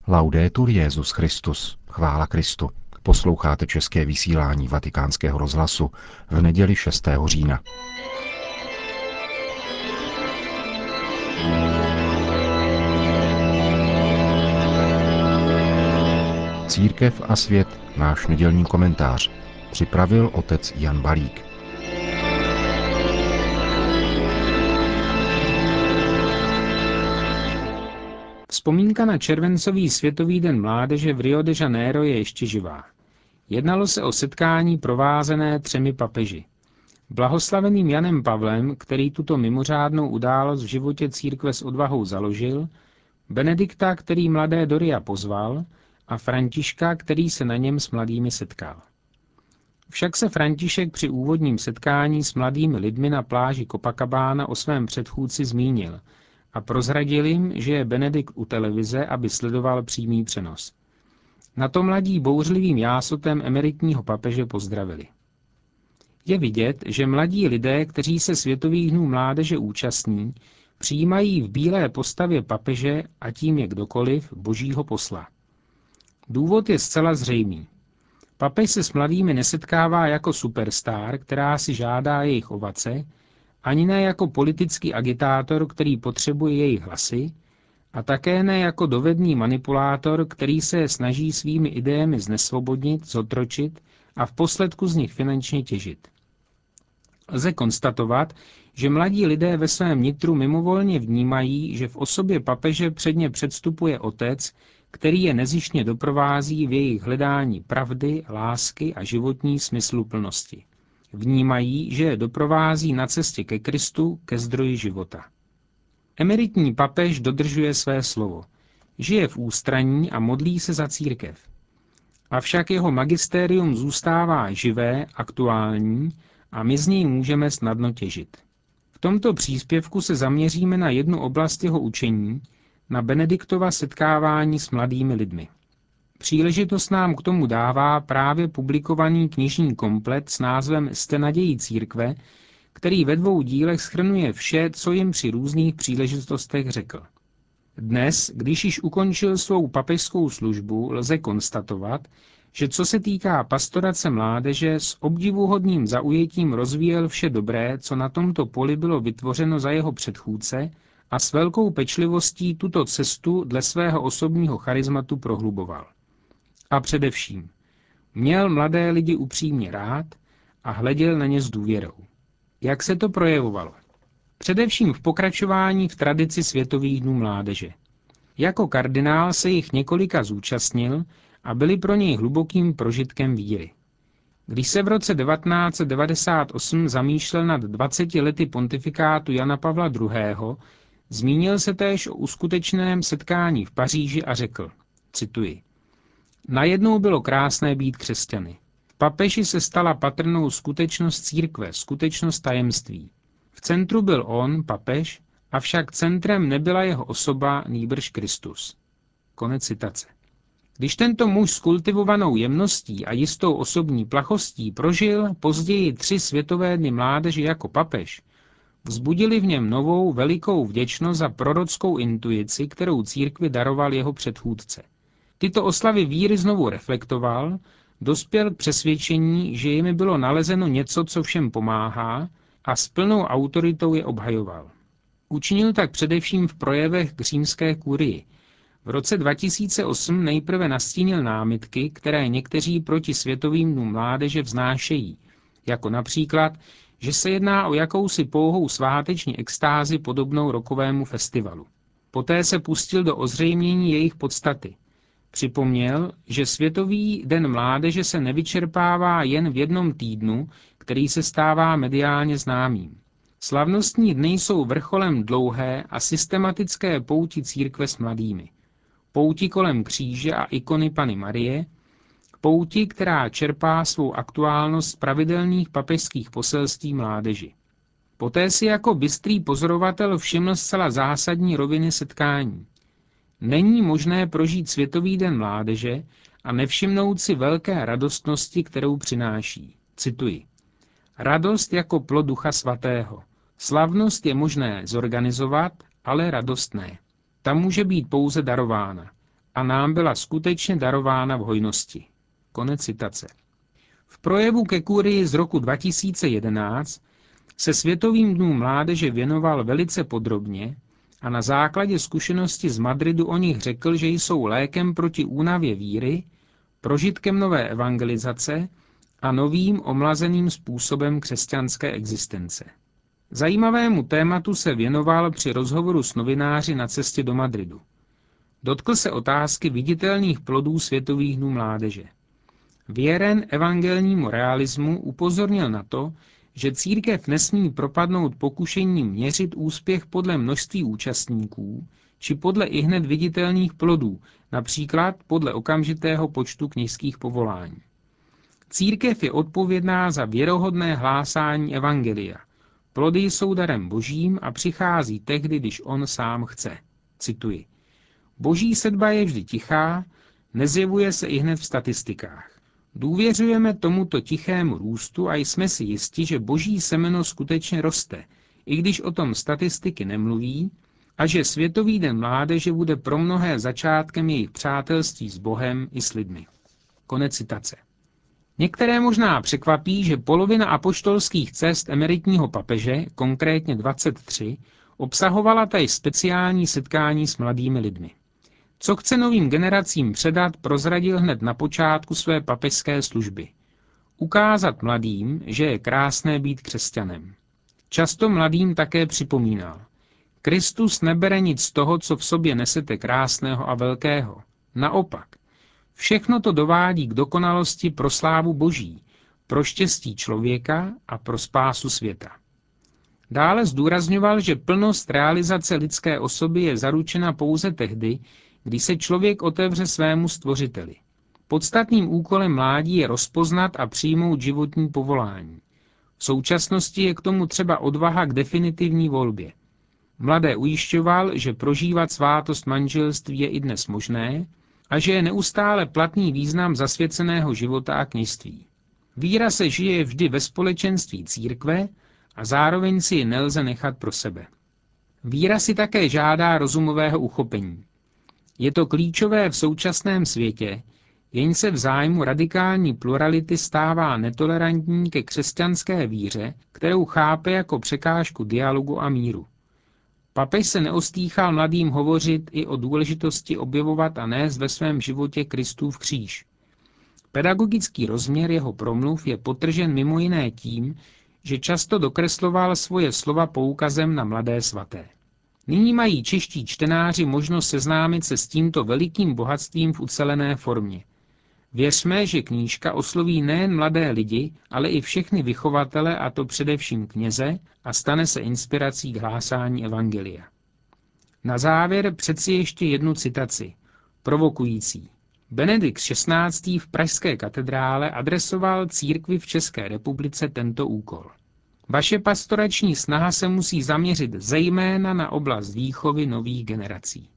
Laudetur Jesus Christus, chvála Kristu. Posloucháte české vysílání Vatikánského rozhlasu v neděli 6. října. Církev a svět, náš nedělní komentář, připravil otec Jan Balík. Vzpomínka na červencový světový den mládeže v Rio de Janeiro je ještě živá. Jednalo se o setkání provázené 3 papeži. Blahoslaveným Janem Pavlem, který tuto mimořádnou událost v životě církve s odvahou založil, Benedikta, který mladé do Ria pozval, a Františka, který se na něm s mladými setkal. Však se František při úvodním setkání s mladými lidmi na pláži Copacabana o svém předchůdci zmínil a prozradil jim, že je Benedikt u televize, aby sledoval přímý přenos. Na to mladí bouřlivým jásotem emeritního papeže pozdravili. Je vidět, že mladí lidé, kteří se Světových dnů mládeže účastní, přijímají v bílé postavě papeže, a tím je kdokoliv, božího posla. Důvod je zcela zřejmý. Papež se s mladými nesetkává jako superstar, která si žádá jejich ovace, ani ne jako politický agitátor, který potřebuje jejich hlasy, a také ne jako dovedný manipulátor, který se snaží svými idejemi znesvobodnit, zotročit a v posledku z nich finančně těžit. Lze konstatovat, že mladí lidé ve svém nitru mimovolně vnímají, že v osobě papeže předně předstupuje otec, který je nezištně doprovází v jejich hledání pravdy, lásky a životní smysluplnosti. Vnímají, že je doprovází na cestě ke Kristu, ke zdroji života. Emeritní papež dodržuje své slovo. Žije v ústraní a modlí se za církev. Avšak jeho magistérium zůstává živé, aktuální a my z něj můžeme snadno těžit. V tomto příspěvku se zaměříme na jednu oblast jeho učení, na Benediktova setkávání s mladými lidmi. Příležitost nám k tomu dává právě publikovaný knižní komplet s názvem Jste nadějí církve, který ve 2 dílech shrnuje vše, co jim při různých příležitostech řekl. Dnes, když již ukončil svou papežskou službu, lze konstatovat, že co se týká pastorace mládeže, s obdivuhodným zaujetím rozvíjel vše dobré, co na tomto poli bylo vytvořeno za jeho předchůdce, a s velkou pečlivostí tuto cestu dle svého osobního charizmatu prohluboval. A především, měl mladé lidi upřímně rád a hleděl na ně s důvěrou. Jak se to projevovalo? Především v pokračování v tradici Světových dnů mládeže. Jako kardinál se jich několika zúčastnil a byli pro něj hlubokým prožitkem víry. Když se v roce 1998 zamýšlel nad 20 lety pontifikátu Jana Pavla II., zmínil se též o uskutečněném setkání v Paříži a řekl, cituji, najednou bylo krásné být křesťany. V papeži se stala patrnou skutečnost církve, skutečnost tajemství. V centru byl on, papež, avšak centrem nebyla jeho osoba, nýbrž Kristus. Konec citace. Když tento muž s kultivovanou jemností a jistou osobní plachostí prožil později 3 světové dny mládeže jako papež, vzbudili v něm novou velikou vděčnost za prorockou intuici, kterou církvi daroval jeho předchůdce. Tyto oslavy víry znovu reflektoval, dospěl k přesvědčení, že jimi bylo nalezeno něco, co všem pomáhá, a s plnou autoritou je obhajoval. Učinil tak především v projevech k římské kurii. V roce 2008 nejprve nastínil námitky, které někteří proti Světovým dnům mládeže vznášejí, jako například, že se jedná o jakousi pouhou sváteční extázi podobnou rockovému festivalu. Poté se pustil do ozřejmění jejich podstaty. Připomněl, že Světový den mládeže se nevyčerpává jen v jednom týdnu, který se stává mediálně známým. Slavnostní dny jsou vrcholem dlouhé a systematické pouti církve s mladými. Pouti kolem kříže a ikony Panny Marie, pouti, která čerpá svou aktuálnost z pravidelných papežských poselství mládeži. Poté si jako bystrý pozorovatel všiml zcela zásadní roviny setkání. Není možné prožít Světový den mládeže a nevšimnout si velké radostnosti, kterou přináší. Cituji. Radost jako plod Ducha Svatého. Slavnost je možné zorganizovat, ale radost ne. Ta může být pouze darována. a nám byla skutečně darována v hojnosti. Konec citace. V projevu ke kurii z roku 2011 se Světovým dnům mládeže věnoval velice podrobně a na základě zkušenosti z Madridu o nich řekl, že jsou lékem proti únavě víry, prožitkem nové evangelizace a novým omlazeným způsobem křesťanské existence. Zajímavému tématu se věnoval při rozhovoru s novináři na cestě do Madridu. Dotkl se otázky viditelných plodů Světových dnů mládeže. Věren evangelnímu realismu upozornil na to, že církev nesmí propadnout pokušení měřit úspěch podle množství účastníků či podle ihned viditelných plodů, například podle okamžitého počtu kněžských povolání. Církev je odpovědná za věrohodné hlásání evangelia. Plody jsou darem božím a přichází tehdy, když on sám chce. Cituji. Boží sedba je vždy tichá, nezjevuje se ihned v statistikách. Důvěřujeme tomuto tichému růstu a jsme si jisti, že boží semeno skutečně roste, i když o tom statistiky nemluví, a že Světový den mládeže bude pro mnohé začátkem jejich přátelství s Bohem i s lidmi. Konec citace. Některé možná překvapí, že polovina apoštolských cest emeritního papeže, konkrétně 23, obsahovala též speciální setkání s mladými lidmi. Co chce novým generacím předat, prozradil hned na počátku své papežské služby. Ukázat mladým, že je krásné být křesťanem. Často mladým také připomínal. Kristus nebere nic z toho, co v sobě nesete krásného a velkého. Naopak, všechno to dovádí k dokonalosti pro slávu Boží, pro štěstí člověka a pro spásu světa. Dále zdůrazňoval, že plnost realizace lidské osoby je zaručena pouze tehdy, když se člověk otevře svému stvořiteli. Podstatným úkolem mládí je rozpoznat a přijmout životní povolání. V současnosti je k tomu třeba odvaha k definitivní volbě. Mladé ujišťoval, že prožívat svátost manželství je i dnes možné a že je neustále platný význam zasvěceného života a kněžství. Víra se žije vždy ve společenství církve a zároveň si ji nelze nechat pro sebe. Víra si také žádá rozumového uchopení. Je to klíčové v současném světě, jenž se v zájmu radikální plurality stává netolerantní ke křesťanské víře, kterou chápe jako překážku dialogu a míru. Papež se neostýchal mladým hovořit i o důležitosti objevovat a nést ve svém životě Kristův kříž. Pedagogický rozměr jeho promluv je podtržen mimo jiné tím, že často dokresloval svoje slova poukazem na mladé svaté. Nyní mají čeští čtenáři možnost seznámit se s tímto velikým bohatstvím v ucelené formě. Věřme, že knížka osloví nejen mladé lidi, ale i všechny vychovatele, a to především kněze, a stane se inspirací k hlásání evangelia. Na závěr přeci ještě jednu citaci, provokující. Benedikt XVI. V pražské katedrále adresoval církvi v České republice tento úkol. Vaše pastorační snaha se musí zaměřit zejména na oblast výchovy nových generací.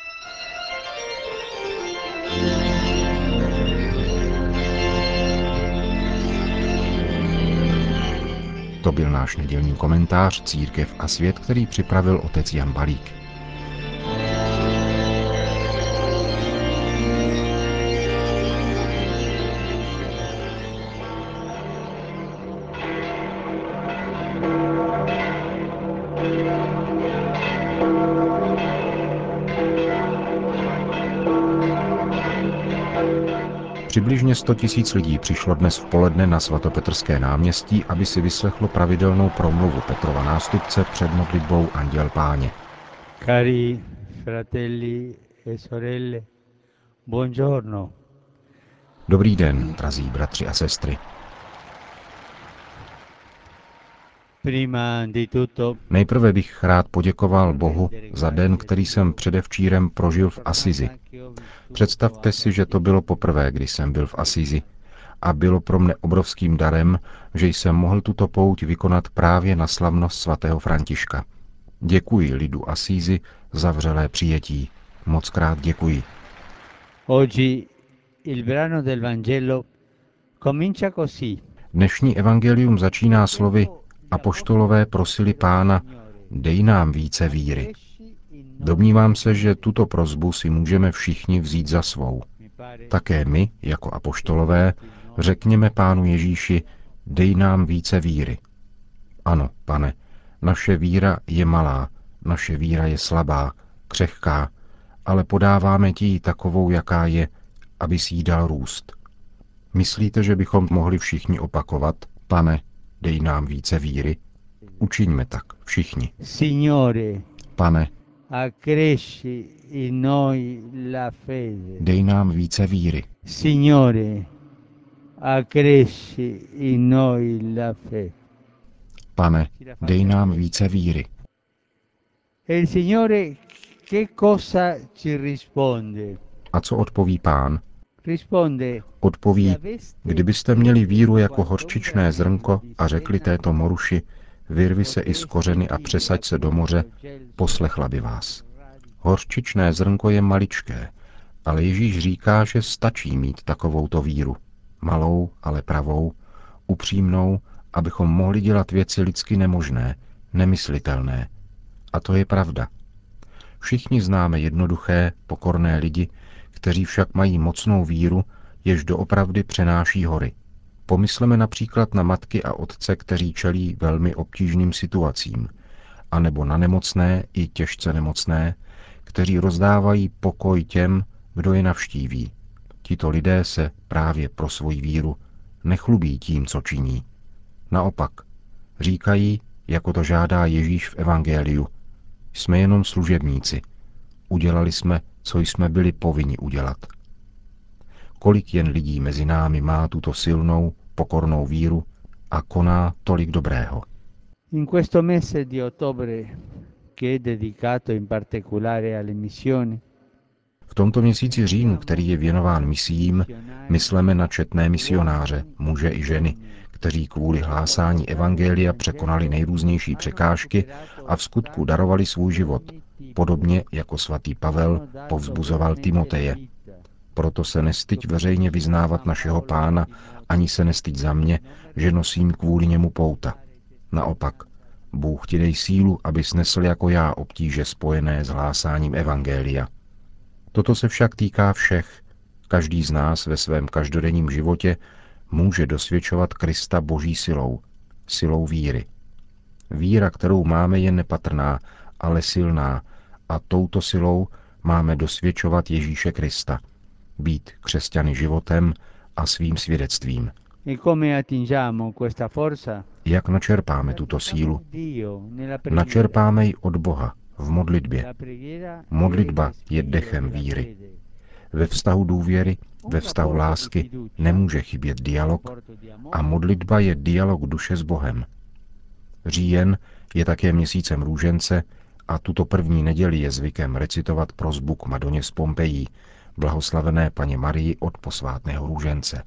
To byl náš nedělní komentář Církev a svět, který připravil otec Jan Balík. Přibližně 100 000 lidí přišlo dnes v poledne na svatopetrské náměstí, aby si vyslechlo pravidelnou promluvu Petrova nástupce před modlitbou Anděl Páně. Cari fratelli e sorelle, buongiorno. Dobrý den, drazí bratři a sestry. Prima di tutto, Nejprve bych rád poděkoval Bohu za den, který jsem předevčírem prožil v Asizi. Představte si, že to bylo poprvé, kdy jsem byl v Asizi. A bylo pro mne obrovským darem, že jsem mohl tuto pouť vykonat právě na slavnost svatého Františka. Děkuji lidu Asízi za vřelé přijetí. Mockrát děkuji. oggi il brano del Vangelo comincia così. Dnešní evangelium začíná slovy: Apoštolové prosili Pána, dej nám více víry. Domnívám se, že tuto prosbu si můžeme všichni vzít za svou. Také my, jako apoštolové, řekněme Pánu Ježíši, dej nám více víry. Ano, Pane, naše víra je malá, naše víra je slabá, křehká, ale podáváme ti ji takovou, jaká je, aby si jí dal růst. Myslíte, že bychom mohli všichni opakovat, Pane, dej nám více víry? Učiňme tak, všichni. Signore, Pane, accresci in noi la fede. dej nám více víry. Signore, accresci in noi la fede. Pane, dej nám více víry. E il Signore che cosa ci risponde? A co odpoví Pán? Risponde, Odpoví, kdybyste měli víru jako horčičné zrnko a řekli této moruši, vyrvi se i z kořeny a přesaď se do moře, poslechla by vás. Horčičné zrnko je maličké, ale Ježíš říká, že stačí mít takovouto víru. Malou, ale pravou, upřímnou, abychom mohli dělat věci lidsky nemožné, nemyslitelné. A to je pravda. Všichni známe jednoduché, pokorné lidi, kteří však mají mocnou víru, jež doopravdy přenáší hory. Pomysleme například na matky a otce, kteří čelí velmi obtížným situacím, anebo na nemocné i těžce nemocné, kteří rozdávají pokoj těm, kdo je navštíví. Tito lidé se právě pro svoji víru nechlubí tím, co činí. Naopak, říkají, jako to žádá Ježíš v evangeliu, jsme jenom služebníci. Udělali jsme, co jsme byli povinni udělat. Kolik jen lidí mezi námi má tuto silnou, pokornou víru a koná tolik dobrého. in questo mese di ottobre, che è dedicato in particolare alle missioni, V tomto měsíci říjnu, který je věnován misiím, mysleme na četné misionáře, muže i ženy, kteří kvůli hlásání evangelia překonali nejrůznější překážky a v skutku darovali svůj život, podobně jako svatý Pavel povzbuzoval Timoteje. Proto se nestyď veřejně vyznávat našeho Pána, ani se nestyď za mě, že nosím kvůli němu pouta. Naopak, Bůh ti dej sílu, abys nesl jako já obtíže spojené s hlásáním evangelia. Toto se však týká všech. Každý z nás ve svém každodenním životě může dosvědčovat Krista boží silou, silou víry. Víra, kterou máme, je nepatrná, ale silná a touto silou máme dosvědčovat Ježíše Krista, být křesťany životem a svým svědectvím. e come attingiamo questa forza? Jak načerpáme tuto sílu? Dio nella preghiera. Načerpáme ji od Boha v modlitbě. La preghiera Modlitba è je il dechem figlio della víry. fede. Ve vztahu důvěry, ve vztahu lásky nemůže chybět dialog a modlitba je dialog duše s Bohem. Říjen je také měsícem růžence a tuto první neděli je zvykem recitovat prosbu k Madoně z Pompejí, blahoslavené Panně Marii od posvátného růžence.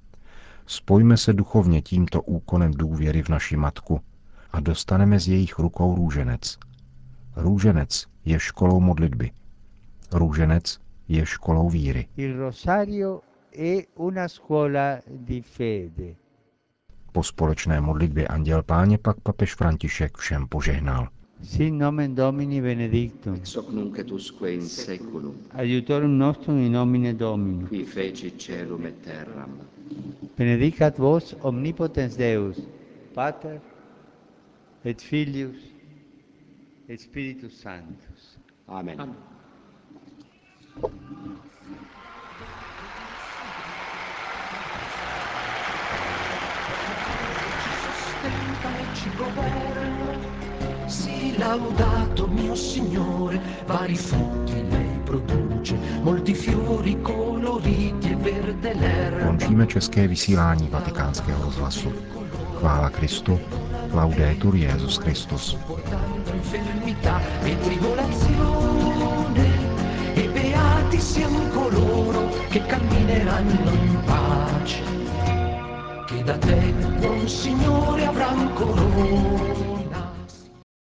Spojme se duchovně tímto úkonem důvěry v naši matku a dostaneme z jejich rukou růženec. Růženec je školou modlitby. Růženec je školou víry. Il rosario è una scuola di fede. Po společné modlitbě Anděl Páně pak papež František všem požehnal. Sin nomen Domini benedictum. Ex hoc nunc et usque in seculum, Aiutorium nostrum in nomine Domini. qui feci caelum et terram. Benedicat vos omnipotens Deus, Pater et Filius et Spiritus Sanctus. Amen. Ci governa, sii laudato mio Signore, vari frutti lei produce, molti fiori coloriti e verde l'erba. Končíme české vysílání Vatikánského rozhlasu. Chvála Kristu, laudetur Jesus Christus. Portando infermità e tribolazione, e beati siano coloro che cammineranno in pace, che da te, buon Signore, avran coloro.